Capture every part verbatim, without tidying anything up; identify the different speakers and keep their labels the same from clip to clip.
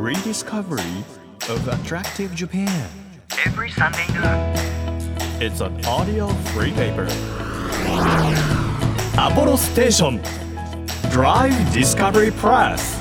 Speaker 1: rediscovery of attractive Japan.
Speaker 2: Every Sunday noon.
Speaker 1: It's an audio free paper. Apollo Station Drive Discovery Press。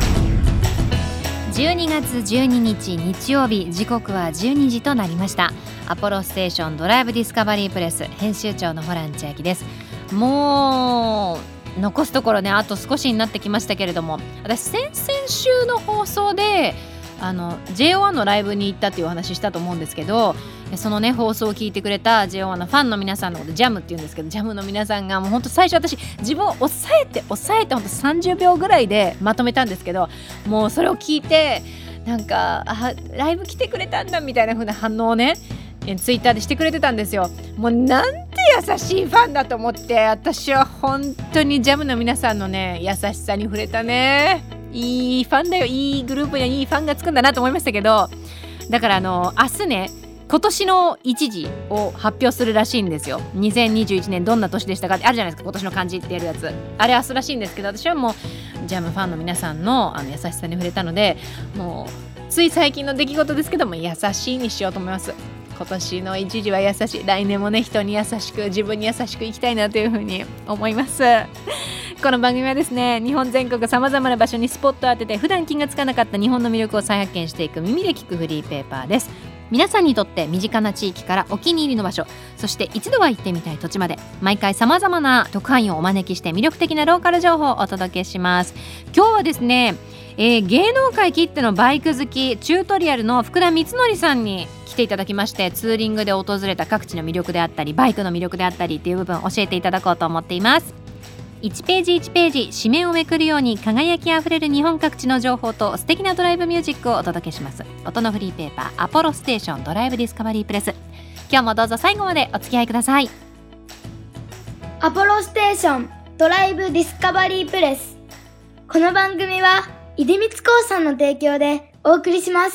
Speaker 3: じゅうにがつじゅうににち日曜日、時刻はじゅうにじとなりました。アポロステーションドライブディスカバリープレス編集長のホラン千秋です。もう残すところね、あと少しになってきましたけれども、私先々週の放送であの ジェイオーワン のライブに行ったっていうお話したと思うんですけど、そのね放送を聞いてくれた ジェイオーワン のファンの皆さんのことジャムって言うんですけど、ジャムの皆さんがもう本当最初私自分を抑えて抑えて本当さんじゅうびょうぐらいでまとめたんですけど、もうそれを聞いてなんかあライブ来てくれたんだみたいな風な反応をねツイッターでしてくれてたんですよ。もうなんて優しいファンだと思って、私は本当にジャムの皆さんのね優しさに触れたね。いいファンだよ、いいグループにいいファンがつくんだなと思いましたけど、だからあの明日ね今年の一時を発表するらしいんですよ。にせんにじゅういちねんどんな年でしたかってあるじゃないですか、今年の漢字ってやるやつ、あれ明日らしいんですけど、私はもうジャムファンの皆さん の, あの優しさに触れたので、もうつい最近の出来事ですけども優しいにしようと思います。今年の一時は優しい、来年もね人に優しく自分に優しく生きたいなというふうに思います。この番組はですね、日本全国さまざまな場所にスポットを当てて普段気がつかなかった日本の魅力を再発見していく耳で聞くフリーペーパーです。皆さんにとって身近な地域からお気に入りの場所、そして一度は行ってみたい土地まで、毎回さまざまな特派員をお招きして魅力的なローカル情報をお届けします。今日はですね、えー、芸能界きってのバイク好きチュートリアルの福田光則さんに来ていただきまして、ツーリングで訪れた各地の魅力であったりバイクの魅力であったりっていう部分を教えていただこうと思っています。いちページいちページ紙面をめくるように輝きあふれる日本各地の情報と素敵なドライブミュージックをお届けします。音のフリーペーパーアポロステーションドライブディスカバリープレス、今日もどうぞ最後までお付き合いください。
Speaker 4: アポロステーションドライブディスカバリープレス、この番組は出光興産の提供でお送りします。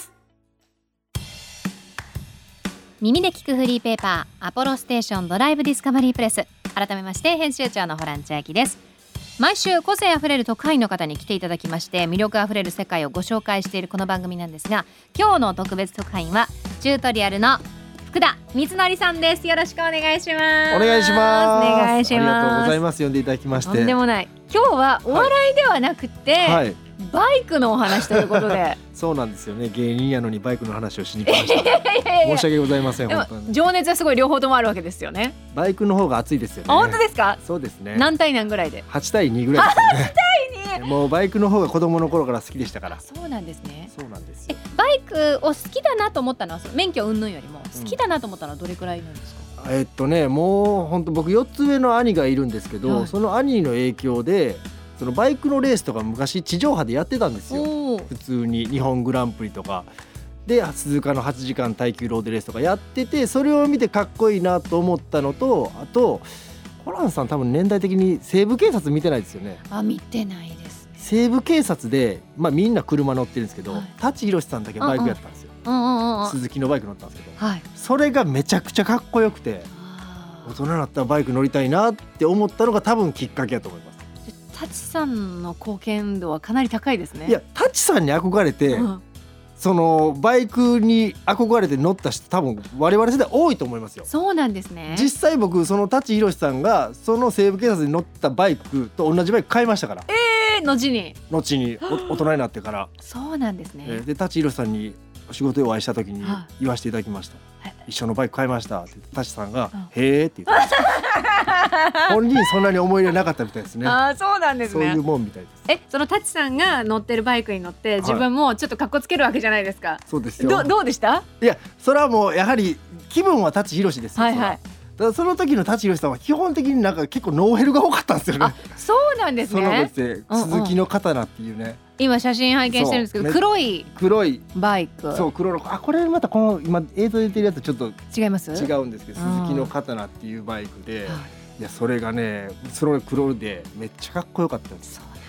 Speaker 3: 耳で聞くフリーペーパーアポロステーションドライブディスカバリープレス、改めまして編集長のホラン千秋です。毎週個性あふれる特派員の方に来ていただきまして、魅力あふれる世界をご紹介しているこの番組なんですが、今日の特別特派員はチュートリアルの福田光則さんです。よろしくお願いします。
Speaker 5: お願いします。
Speaker 3: お願いします。
Speaker 5: ありがとうございます。呼んでいただきまして。
Speaker 3: とんでもない。今日はお笑いではなくて、はいはい、バイクのお話ということで
Speaker 5: そうなんですよね、芸人やのにバイクの話をしに来ました申し訳ございません。
Speaker 3: でも
Speaker 5: 本当に
Speaker 3: 情熱はすごい両方ともあるわけですよね。
Speaker 5: バイクの方が熱いですよね。
Speaker 3: 本当ですか？
Speaker 5: そうですね。
Speaker 3: 何対何ぐらいで？
Speaker 5: はちたいにぐらいですね。
Speaker 3: はちたいに？
Speaker 5: もうバイクの方が子供の頃から好きでしたから。
Speaker 3: そうなんですね。
Speaker 5: そうなんですよ。
Speaker 3: えバイクを好きだなと思ったのは、免許云々よりも好きだなと思ったのはどれくらいなんですか？
Speaker 5: うん、えー、っとねもう本当僕よっつ上の兄がいるんですけど、はい、その兄の影響でそのバイクのレースとか昔地上波でやってたんですよ。普通に日本グランプリとかで鈴鹿のはちじかん耐久ロードレースとかやってて、それを見てかっこいいなと思ったのと、あとホランさん多分年代的に西部警察見てないですよね。
Speaker 3: あ、見てないですね。
Speaker 5: 西部警察で、まあ、みんな車乗ってるんですけど、はい、舘ひろしさんだけバイクやったんですよ。うんうんうん、鈴木のバイク乗ったんですけど、はい、それがめちゃくちゃかっこよくて、大人になったらバイク乗りたいなって思ったのが多分きっかけだと思います。
Speaker 3: 舘さんの貢献度はかなり高いですね。
Speaker 5: いや舘さんに憧れて、うん、そのバイクに憧れて乗った人多分我々世代多いと思いますよ。
Speaker 3: そうなんですね。
Speaker 5: 実際僕その舘ひろしさんがその西部警察に乗ったバイクと同じバイク買いましたから。
Speaker 3: えー、後に
Speaker 5: 後に大人になってから。
Speaker 3: そうなんですね。
Speaker 5: えー、で舘ひろしさんにお仕事でお会いした時に言わせていただきました、はい、一緒のバイク買いましたって舘さんが、うん、へーって言ってました本人そんなに思い入れなかったみたいですね。
Speaker 3: あ、そうなんですね。
Speaker 5: そういうもんみたいです。
Speaker 3: え、その舘さんが乗ってるバイクに乗って自分もちょっとかっこつけるわけじゃないですか。
Speaker 5: そうですよ。
Speaker 3: ど, どうでした？
Speaker 5: いやそれはもうやはり気分は舘ひろしですよ。はいはい。だからその時の舘ひろしさんは基本的になんか結構ノーヘルが多かったんですよね。
Speaker 3: あ、そうなんですね。
Speaker 5: その別で鈴木の刀っていうね、うんうん、
Speaker 3: 今写真拝見してるんですけど、黒い
Speaker 5: 黒い
Speaker 3: バイク。
Speaker 5: そう黒の、あ、これまたこの今映像で出てるやつちょっと
Speaker 3: 違います？
Speaker 5: 違うんですけど、鈴木の刀っていうバイクで、いやそれがねその黒でめっちゃかっこよかったんです。そうなんです。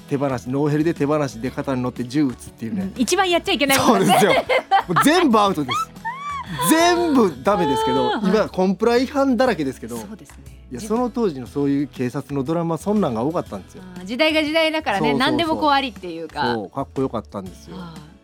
Speaker 5: 手放しノーヘルで手放しで肩に乗って銃撃つっていうね、
Speaker 3: うん、一番やっちゃいけないもんね。
Speaker 5: そうですよ。もう全部アウトです。全部ダメですけど、今コンプラ違反だらけですけど。そうですね。いやその当時のそういう警察のドラマそんなんが多かったんですよ。
Speaker 3: 時代が時代だからね。そうそうそう、何でもこうありっていうか。
Speaker 5: そうかっこよかったんですよ。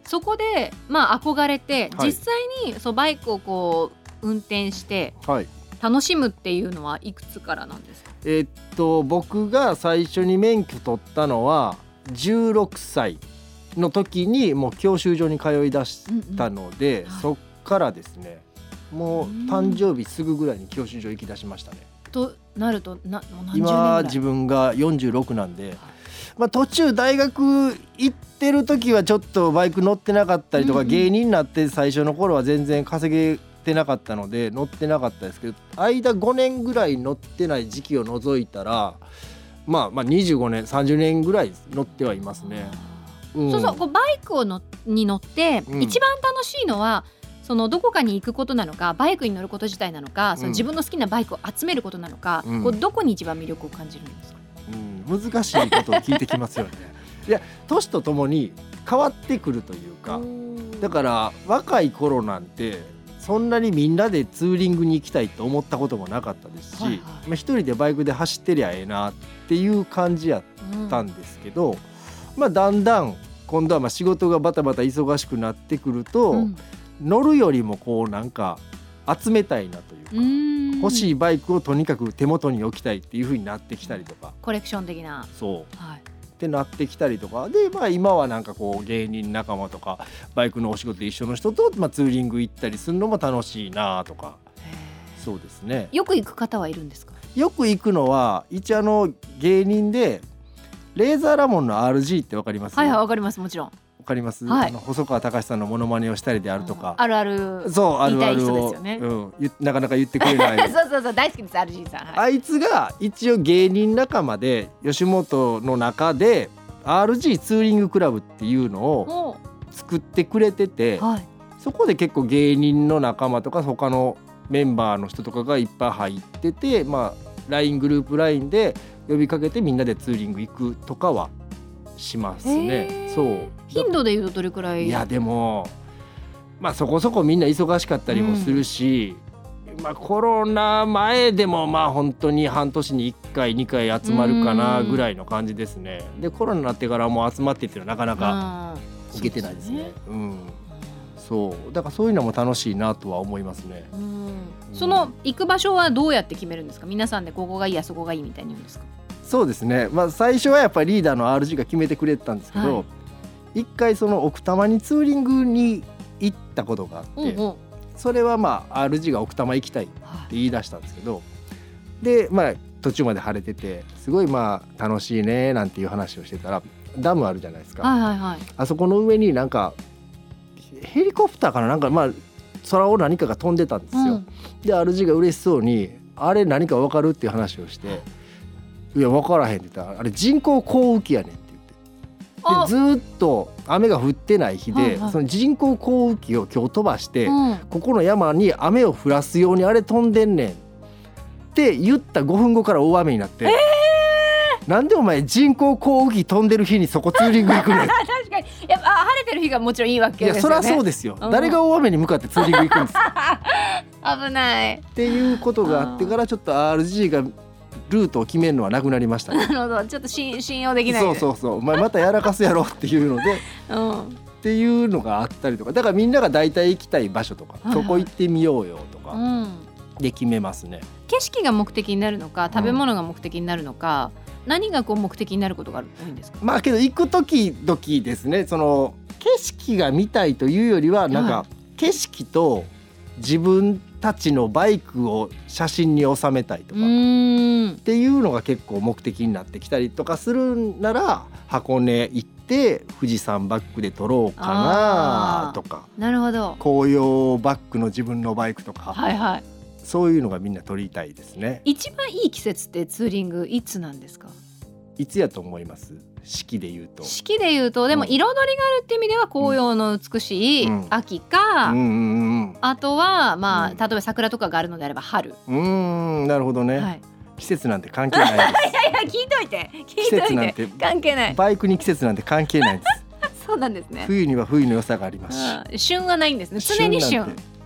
Speaker 3: そこでまあ憧れて、
Speaker 5: はい
Speaker 3: 実際にそうバイクをこう運転して
Speaker 5: はい
Speaker 3: 楽しむっていうのはいくつからなんですか？
Speaker 5: えーっと僕が最初に免許取ったのはじゅうろくさいの時にもう教習所に通い出したので、
Speaker 3: うんうんはい
Speaker 5: そっからですねもう誕生日すぐぐらいに教習所行き出しましたね。
Speaker 3: となるとなもう何十年ぐら
Speaker 5: 今
Speaker 3: い
Speaker 5: 自分がよんじゅうろくなんで、まあ、途中大学行ってる時はちょっとバイク乗ってなかったりとか、
Speaker 3: うんうん
Speaker 5: 芸人になって最初の頃は全然稼げてなかったので乗ってなかったですけど、間ごねんぐらい乗ってない時期を除いたら、まあ、まあにじゅうごねんさんじゅうねんぐらい乗ってはいますね。うん
Speaker 3: そうそうこうバイクをのに乗って
Speaker 5: うん
Speaker 3: 一番楽しいのは、そのどこかに行くことなのかバイクに乗ること自体なのか、その自分の好きなバイクを集めることなのか、
Speaker 5: うん
Speaker 3: こうどこに一番魅力を感じるんですか？
Speaker 5: うん、難しいことを聞いてきますよね。いや年とともに変わってくるというか、だから若い頃なんてそんなにみんなでツーリングに行きたいと思ったこともなかったですし、
Speaker 3: はいはい
Speaker 5: まあ、一人でバイクで走ってりゃええなっていう感じやったんですけど、まあ、だんだん今度はまあ仕事がバタバタ忙しくなってくると、
Speaker 3: うん
Speaker 5: 乗るよりもこうなんか集めたいなというか、
Speaker 3: うん
Speaker 5: 欲しいバイクをとにかく手元に置きたいっていう風になってきたりとか、
Speaker 3: コレクション的な、
Speaker 5: そう
Speaker 3: はい、
Speaker 5: ってなってきたりとかで、まあ、今はなんかこう芸人仲間とかバイクのお仕事で一緒の人と、まあ、ツーリング行ったりするのも楽しいなとか。そうですね。
Speaker 3: よく行く方はいるんですか？
Speaker 5: よく行くのは一応あの芸人でレーザーラモンの アールジー ってわかります？
Speaker 3: はいはいわかります、もちろん。
Speaker 5: わかります、
Speaker 3: はい
Speaker 5: あの細川たかしさんのモノマネをしたりであるとか、
Speaker 3: あるある
Speaker 5: そうあるあ
Speaker 3: 言いたい人
Speaker 5: るを
Speaker 3: ですよね
Speaker 5: うん、ゆなかなか言ってくれない
Speaker 3: そうそうそう大好きです アールジー さん、はい、
Speaker 5: あいつが一応芸人仲間で吉本の中で アールジー ツーリングクラブっていうのを
Speaker 3: お
Speaker 5: 作ってくれてて、
Speaker 3: はい
Speaker 5: そこで結構芸人の仲間とか他のメンバーの人とかがいっぱい入ってて、まあ ライン グループ ライン で呼びかけてみんなでツーリング行くとかはしますね。
Speaker 3: へー
Speaker 5: そう
Speaker 3: 頻度でいうとどれくらい？
Speaker 5: いやでもまあそこそこみんな忙しかったりもするし、まあコロナ前でもまあ本当に半年にいっかいにかい集まるかなぐらいの感じですね。でコロナになってからもう集まってっていうのはなかなか
Speaker 3: うん
Speaker 5: いけてないですね。
Speaker 3: そうです
Speaker 5: うんそうだからそういうのも楽しいなとは思いますね。
Speaker 3: うんその行く場所はどうやって決めるんですか？皆さんでここがいいあそこがいいみたいに言うんですか？
Speaker 5: そうですね、まあ、最初はやっぱりリーダーの アールジー が決めてくれてたんですけど、
Speaker 3: はい
Speaker 5: 一回その奥多摩にツーリングに行ったことがあって、
Speaker 3: おうおう
Speaker 5: それはまあ アールジー が奥多摩行きたいって
Speaker 3: はい
Speaker 5: 言い出したんですけど、でまあ途中まで晴れててすごいまあ楽しいねなんていう話をしてたらダムあるじゃないですか、
Speaker 3: はいはいはい
Speaker 5: あそこの上になんかヘリコプターかななんかまあ空を何かが飛んでたんですよ、
Speaker 3: うん
Speaker 5: で アールジー が嬉しそうにあれ何か分かるっていう話をしていや分からへんって言ったらあれ人工降雨機やねんって言って
Speaker 3: あ
Speaker 5: でずーっと雨が降ってない日で、
Speaker 3: はいはい
Speaker 5: その人工降雨機を今日飛ばして、
Speaker 3: うん
Speaker 5: ここの山に雨を降らすようにあれ飛んでんねんって言ったごふんごから大雨になって、なんでお前人工降雨機飛んでる日にそこツーリング行くねん
Speaker 3: 確かにやっぱ晴れてる日がもちろんいいわけ
Speaker 5: い
Speaker 3: ですよね。
Speaker 5: やそりゃそうですよ、
Speaker 3: うん
Speaker 5: 誰が大雨に向かってツーリング行くんですか
Speaker 3: 危ない。
Speaker 5: っていうことがあってからちょっと アールジー がルートを決めるのはなくなりましたね
Speaker 3: なるほどちょっと信信用できない。
Speaker 5: そうそうそうお前またやらかすやろっていうので
Speaker 3: うん。
Speaker 5: っていうのがあったりとかだからみんなが大体行きたい場所とか、
Speaker 3: いはい
Speaker 5: そこ行ってみようよとか
Speaker 3: うん。
Speaker 5: で決めますね。
Speaker 3: 景色が目的になるのか食べ物が目的になるのか、何がこう目的になることが多いんですか？
Speaker 5: まあけど行く時々ですねその景色が見たいというよりはなん
Speaker 3: は
Speaker 5: か景色と自分たちのバイクを写真に収めたいと
Speaker 3: う
Speaker 5: かっ
Speaker 3: ーん。
Speaker 5: ていうのが結構目的になってきたりとかするなら箱根行って富士山バックで撮ろうかなとか
Speaker 3: なるほど。
Speaker 5: 紅葉バックの自分のバイクとか、
Speaker 3: はいはい。
Speaker 5: そういうのがみんな撮りたいですね。
Speaker 3: 一番いい季節ってツーリングいつなんですか？
Speaker 5: いつやと思います？四季で言うと。
Speaker 3: 四季で言うとでも
Speaker 5: うん
Speaker 3: 彩りがあるって意味では紅葉の美しい
Speaker 5: うん
Speaker 3: 秋か、
Speaker 5: うんうん
Speaker 3: あとはまあ、
Speaker 5: うん
Speaker 3: 例えば桜とかがあるのであれば春、
Speaker 5: うん。うーんなるほどね、
Speaker 3: はい、
Speaker 5: 季節なんて関係ないで
Speaker 3: いやいや聞いといて聞い
Speaker 5: 季節
Speaker 3: と
Speaker 5: ないんて
Speaker 3: て関係ない
Speaker 5: す。バイクに季節なんて関係ないです。
Speaker 3: そうなんですね、
Speaker 5: 冬には冬の良さがありますし。
Speaker 3: うん、旬はないんですね常に旬
Speaker 5: なんて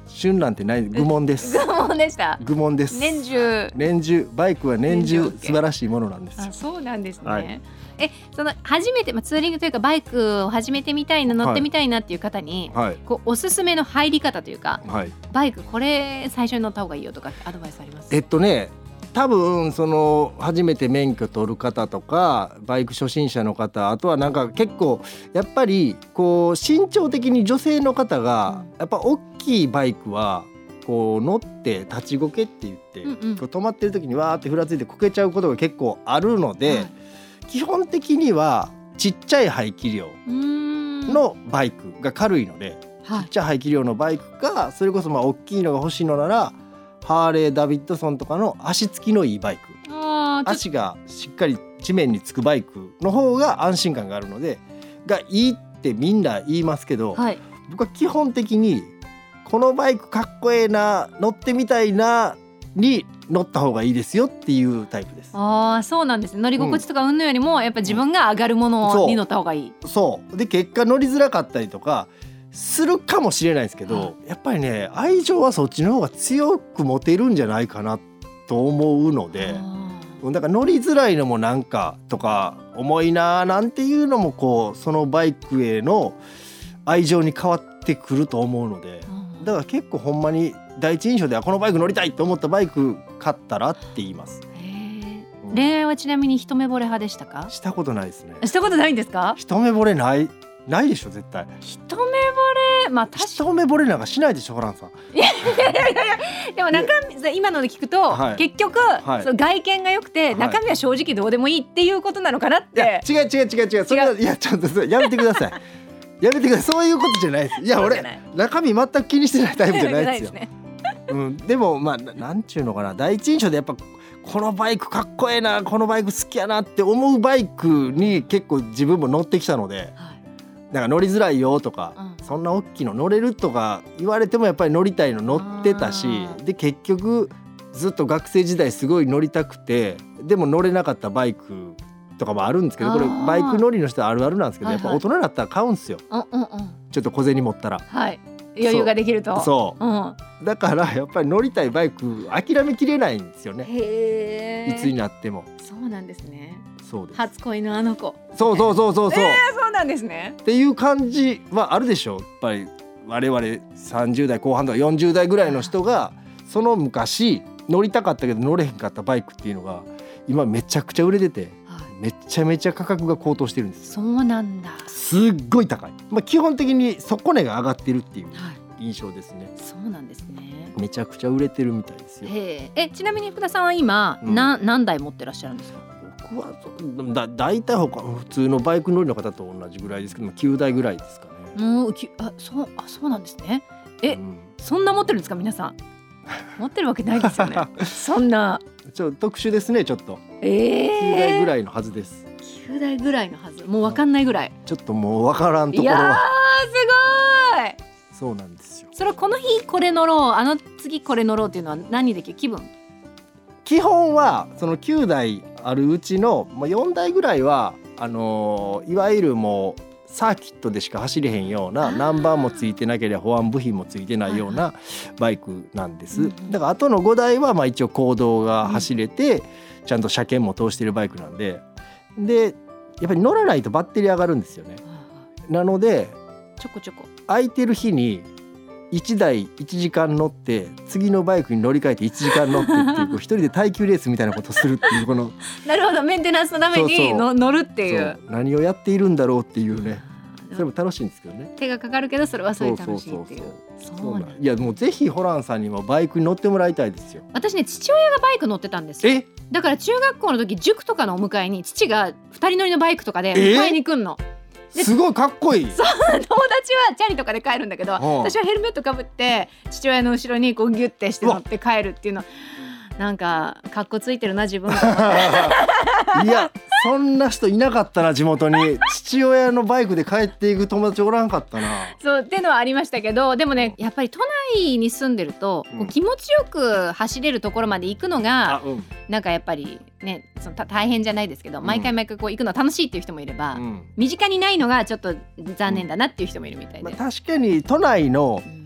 Speaker 5: 旬なんてない愚問です
Speaker 3: 愚問でした
Speaker 5: 愚問です
Speaker 3: 年中
Speaker 5: 年中バイクは年中
Speaker 3: 年中
Speaker 5: 素晴らしいものなんですよ。
Speaker 3: あそうなんですね、
Speaker 5: はい、
Speaker 3: えその初めて、まあ、ツーリングというかバイクを始めてみたいな乗ってみたいなっていう方に、
Speaker 5: はい、
Speaker 3: こうおすすめの入り方というか、
Speaker 5: はい、
Speaker 3: バイクこれ最初に乗った方がいいよとかアドバイスあります？
Speaker 5: えっとね多分その初めて免許取る方とかバイク初心者の方、あとはなんか結構やっぱりこう身長的に女性の方がやっぱ大きいバイクはこう乗って立ちこけって言って、
Speaker 3: うんうん、
Speaker 5: こう止まってる時にわーってふらついてこけちゃうことが結構あるので、
Speaker 3: はい、
Speaker 5: 基本的にはちっちゃい排気量のバイクが軽いので、
Speaker 3: はい、
Speaker 5: ちっちゃい排気量のバイクかそれこそまあ大きいのが欲しいのならハーレーダビッドソンとかの足つきのいいバイク、
Speaker 3: あ
Speaker 5: 足がしっかり地面につくバイクの方が安心感があるのでがいいってみんな言いますけど、
Speaker 3: はい、
Speaker 5: 僕は基本的にこのバイクかっこええな乗ってみたいなに乗った方がいいですよっていうタイプです。
Speaker 3: あそうなんですね。乗り心地とか運のよりもやっぱ自分が上がるものに乗った方がいい、
Speaker 5: うん、そうで結果乗りづらかったりとかするかもしれないですけど、
Speaker 3: はい、
Speaker 5: やっぱりね愛情はそっちの方が強く持てるんじゃないかなと思うので、だから乗りづらいのもなんかとか重いななんていうのもこうそのバイクへの愛情に変わってくると思うので、だから結構ほんまに第一印象ではこのバイク乗りたいと思ったバイク買ったらって言います。
Speaker 3: へ、うん、恋愛はちなみに一目惚れ派でしたか？
Speaker 5: したことないですね。
Speaker 3: したことないんですか？
Speaker 5: 一目惚れないないでしょ絶対。
Speaker 3: 一目惚れ、まあ確か
Speaker 5: 一目惚れなんかしないでしょホランさん。
Speaker 3: いやいやいやいやでも中身今ので聞くと、はい、結局、はい、その外見が良くて、はい、中身は正直どうでもいいっていうことなのかなって。
Speaker 5: いや違う違う違う違うそれはいやちょっとやめてくださいやめてくださいそういうことじゃないです。いや俺中身全く気にしてないタイプじゃないですよねうん、でもまあなんちゅうのかな第一印象でやっぱこのバイクかっこええなこのバイク好きやなって思うバイクに結構自分も乗ってきたので、はい、なんか乗りづらいよとか、うん、そんな大きいの乗れるとか言われてもやっぱり乗りたいの乗ってたし、で結局ずっと学生時代すごい乗りたくてでも乗れなかったバイクとかもあるんですけど、これバイク乗りの人はあるあるなんですけど、やっぱ大人になったら買うんですよ、うんうんうん、ちょっと小銭持ったら、
Speaker 3: はい、余裕ができると。
Speaker 5: そう、うん、だからやっぱり乗りたいバイク諦めきれないんですよね。
Speaker 3: へー、
Speaker 5: いつになっても。
Speaker 3: そうなんですね。
Speaker 5: そうです。
Speaker 3: 初恋のあの子。
Speaker 5: そうそうそうそうそう、
Speaker 3: えー、そうなんですね
Speaker 5: っていう感じはあるでしょ。やっぱり我々さんじゅう代後半とかよんじゅう代ぐらいの人がその昔乗りたかったけど乗れへんかったバイクっていうのが今めちゃくちゃ売れてて、はい、めちゃめちゃ価格が高騰してるんです。
Speaker 3: そうなんだ。
Speaker 5: すっごい高い、まあ、基本的に底値が上がってるっていう印象ですね、はい、
Speaker 3: そうなんですね。
Speaker 5: めちゃくちゃ売れてるみたいですよ。
Speaker 3: へえ、ちなみに福田さんは今、うん、な何台持ってらっしゃるんですか？
Speaker 5: 僕はだだいたい他普通のバイク乗りの方と同じぐらいですけどきゅうだいぐらいですかね。
Speaker 3: もうあそうあそうなんですね。え、うん、そんな持ってるんですか皆さん？持ってるわけないですよねそんな
Speaker 5: ちょっと特殊ですねちょっと、
Speaker 3: えー、
Speaker 5: きゅうだいぐらいのはずです。
Speaker 3: きゅうだいぐらいのはず、もう分かんないぐらい、
Speaker 5: ちょっともう分からんところは。いや
Speaker 3: ーすごい。
Speaker 5: そうなんですよ。
Speaker 3: それはこの日これ乗ろうあの次これ乗ろうっていうのは何できる気分？
Speaker 5: 基本はそのきゅうだいあるうちのよんだいぐらいはあのー、いわゆるもうサーキットでしか走れへんようなナンバーもついてなければ保安部品もついてないようなバイクなんです。だからあとのごだいはまあ一応公道が走れてちゃんと車検も通してるバイクなんで、でやっぱり乗らないとバッテリー上がるんですよね。なので
Speaker 3: ちょこちょこ
Speaker 5: 空いてる日にいちだいいちじかん乗って次のバイクに乗り換えていちじかん乗ってっていう一人で耐久レースみたいなことをするっていうこの
Speaker 3: なるほど、メンテナンスのために
Speaker 5: そうそう
Speaker 3: 乗るっていう、
Speaker 5: 何をやっているんだろうっていうね、それも楽しいんですけどね。
Speaker 3: 手がかかるけどそれはそれで楽しいっていう。
Speaker 5: そうなん。いやもうぜひホランさんにもバイクに乗ってもらいたいですよ。
Speaker 3: 私ね父親がバイク乗ってたんですよ。えだから中学校の時塾とかのお迎えに父がふたり乗りのバイクとかで迎えに来んの。
Speaker 5: すごいかっこいい。
Speaker 3: そう友達はチャリとかで帰るんだけど、私はヘルメットかぶって父親の後ろにこうギュッてして乗って帰るっていうの、なんかかっこついてるな自分
Speaker 5: いやそんな人いなかったな地元に。父親のバイクで帰っていく友達おらんかったな。
Speaker 3: そうってのはありましたけど、でもねやっぱり都内に住んでると、うん、こう気持ちよく走れるところまで行くのが、うん、なんかやっぱりねその大変じゃないですけど、うん、毎回毎回こう行くの楽しいっていう人もいれば、うん、身近にないのがちょっと残念だなっていう人もいるみたいで、
Speaker 5: まあ、確かに都内の、うん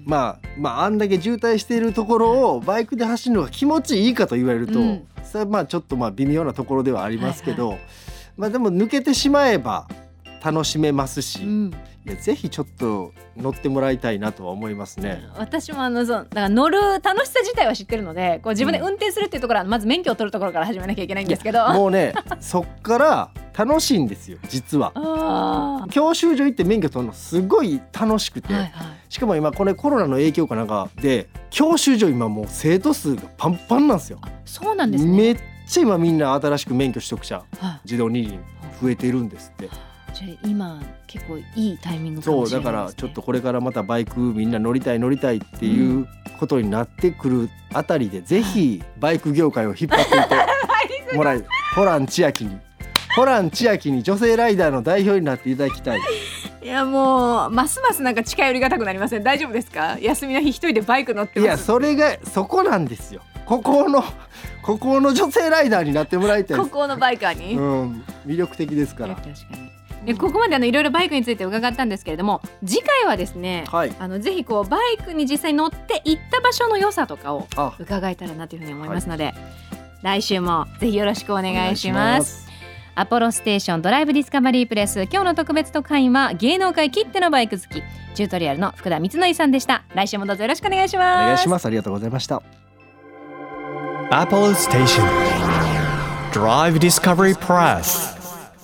Speaker 5: まあまああんだけ渋滞しているところをバイクで走るのが気持ちいいかと言われると、うん、それはまあちょっとまあ微妙なところではありますけど、はいはい、まあでも抜けてしまえば楽しめますし、うん、いやぜひちょっと乗ってもらいたいなとは思いますね。
Speaker 3: 私もあのそうだから乗る楽しさ自体は知ってるので、こう自分で運転するっていうところはまず免許を取るところから始めなきゃいけないんですけど、
Speaker 5: もうねそっから楽しいんですよ実は。あ教習所行って免許取るのすごい楽しくて、はいはい、しかも今これコロナの影響かなんかで教習所今もう生徒数がパンパンなんですよ。
Speaker 3: そうなんですね。
Speaker 5: めっちゃ今みんな新しく免許取得者、はい、自動二輪増えているんですって。
Speaker 3: じゃあ今結構いいタイミングかもしれないですね。そうだからちょっとこれからまたバイクみんな乗りたい乗りたいっていうことになってくるあたりで、うん、ぜひバイク業界を引っ張っていってもらいホラン千秋にホラン千秋に女性ライダーの代表になっていただきたい。 いやもうますますなんか近寄りがたくなりません？大丈夫ですか？休みの日一人でバイク乗ってます。
Speaker 5: いやそれがそこなんですよ。ここのここの女性ライダーになってもらいたいです。
Speaker 3: ここのバイカーに、
Speaker 5: うん、魅力的ですから。
Speaker 3: 確かに。でここまであのいろいろバイクについて伺ったんですけれども、次回はですね、はい、あのぜひこうバイクに実際乗って行った場所の良さとかを伺えたらなというふうに思いますので、はい、来週もぜひよろしくお願いします。アポロステーションドライブディスカバリープレス、今日の特別特派員は芸能界きってのバイク好きチュートリアルの福田光則さんでした。来週もどうぞよろしくお願いします。
Speaker 5: お願いします。ありがとうございました。
Speaker 1: アポロステーションドライブディスカバリープレス、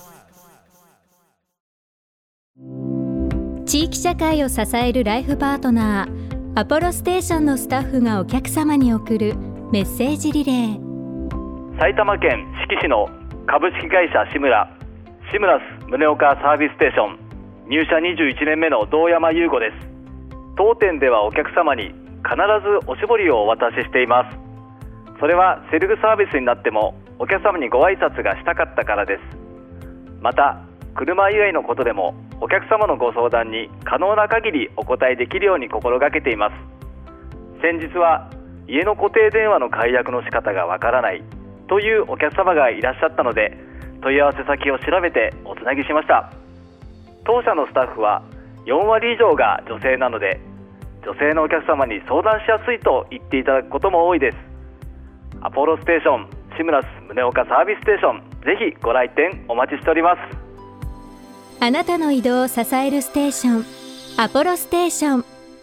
Speaker 6: 地域社会を支えるライフパートナーアポロステーションのスタッフがお客様に送るメッセージリレー。
Speaker 7: 埼玉県志木市の株式会社志村志村宗岡サービスステーション入社にじゅういちねんめの堂山優吾です。当店ではお客様に必ずおしぼりをお渡ししています。それはセルフサービスになってもお客様にご挨拶がしたかったからです。また車以外のことでもお客様のご相談に可能な限りお答えできるように心がけています。先日は家の固定電話の解約の仕方がわからないというお客様がいらっしゃったので、問い合わせ先を調べておつなぎしました。当社のスタッフはよんわり以上が女性なので、女性のお客様に相談しやすいと言っていただくことも多いです。アポロステーション志村宗岡サービスステーション、ぜひご来店お待ちしております。
Speaker 6: あなたの移動を支えるステーション、アポロステーション。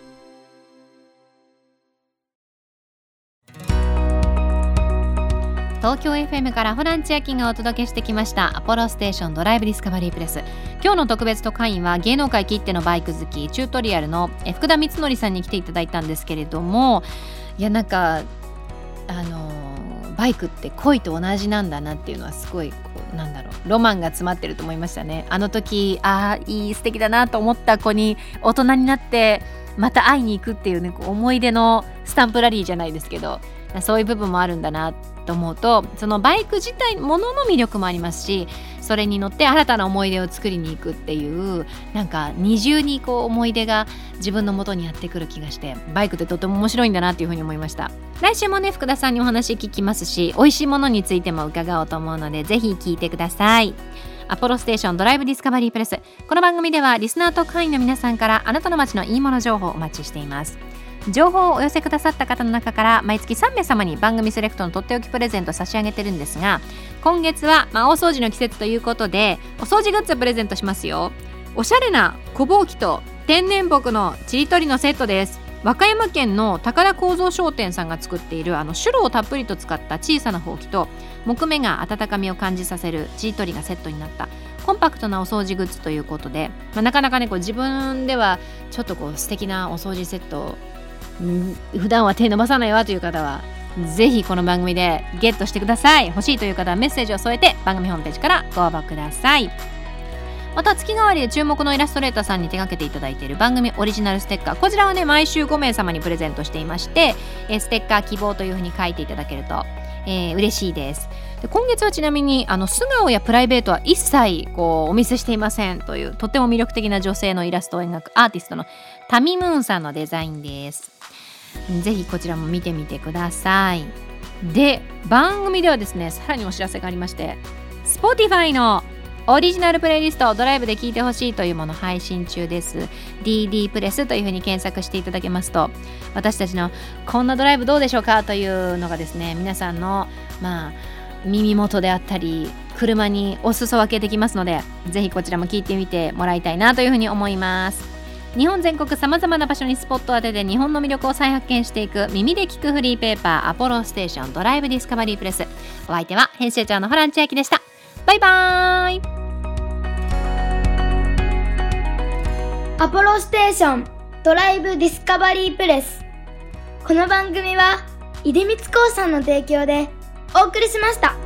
Speaker 3: 東京 エフエム からホラン千秋がお届けしてきましたアポロステーションドライブディスカバリープレス。今日の特別特派員は芸能界きってのバイク好きチュートリアルの福田光則さんに来ていただいたんですけれども、いやなんかあのバイクって恋と同じなんだなっていうのはすごいこうなんだろうロマンが詰まってると思いましたね。あの時ああいい素敵だなと思った子に大人になってまた会いに行くっていうね、こう思い出のスタンプラリーじゃないですけど、そういう部分もあるんだなと思うと、そのバイク自体ものの魅力もありますし、それに乗って新たな思い出を作りに行くっていうなんか二重にこう思い出が自分の元にやってくる気がして、バイクってとても面白いんだなっていうふうに思いました。来週もね福田さんにお話聞きますし、美味しいものについても伺おうと思うのでぜひ聞いてください。アポロステーションドライブディスカバリープレス、この番組ではリスナーと会員の皆さんからあなたの街のいいもの情報をお待ちしています。情報をお寄せくださった方の中から毎月さんめい様に番組セレクトのとっておきプレゼント差し上げてるんですが、今月は、まあ、大掃除の季節ということでお掃除グッズをプレゼントしますよ。おしゃれな小ぼうきと天然木のちりとりのセットです。和歌山県の高田構造商店さんが作っているあのシュロをたっぷりと使った小さなほうきと木目が温かみを感じさせるちりとりがセットになったコンパクトなお掃除グッズということで、まあ、なかなかねこう自分ではちょっとこう素敵なお掃除セットを普段は手伸ばさないわという方はぜひこの番組でゲットしてください。欲しいという方はメッセージを添えて番組ホームページからご応募ください。また月替わりで注目のイラストレーターさんに手掛けていただいている番組オリジナルステッカー、こちらはね毎週ごめい様にプレゼントしていまして、えステッカー希望というふうに書いていただけると、えー、嬉しいです。で今月はちなみにあの素顔やプライベートは一切こうお見せしていませんというとても魅力的な女性のイラストを描くアーティストのタミムーンさんのデザインです。ぜひこちらも見てみてください。で番組ではですねさらにお知らせがありまして、 Spotify のオリジナルプレイリストをドライブで聴いてほしいというもの配信中です。 ディーディー プレスというふうに検索していただけますと、私たちのこんなドライブどうでしょうかというのがですね、皆さんのまあ耳元であったり車にお裾分けできますので、ぜひこちらも聞いてみてもらいたいなというふうに思います。日本全国さまざまな場所にスポットを当てて日本の魅力を再発見していく耳で聞くフリーペーパーアポロステーションドライブディスカバリープレス。お相手は編集長のホラン千秋でした。バイバーイ。
Speaker 4: アポロステーションドライブディスカバリープレス。この番組は出光興産の提供でお送りしました。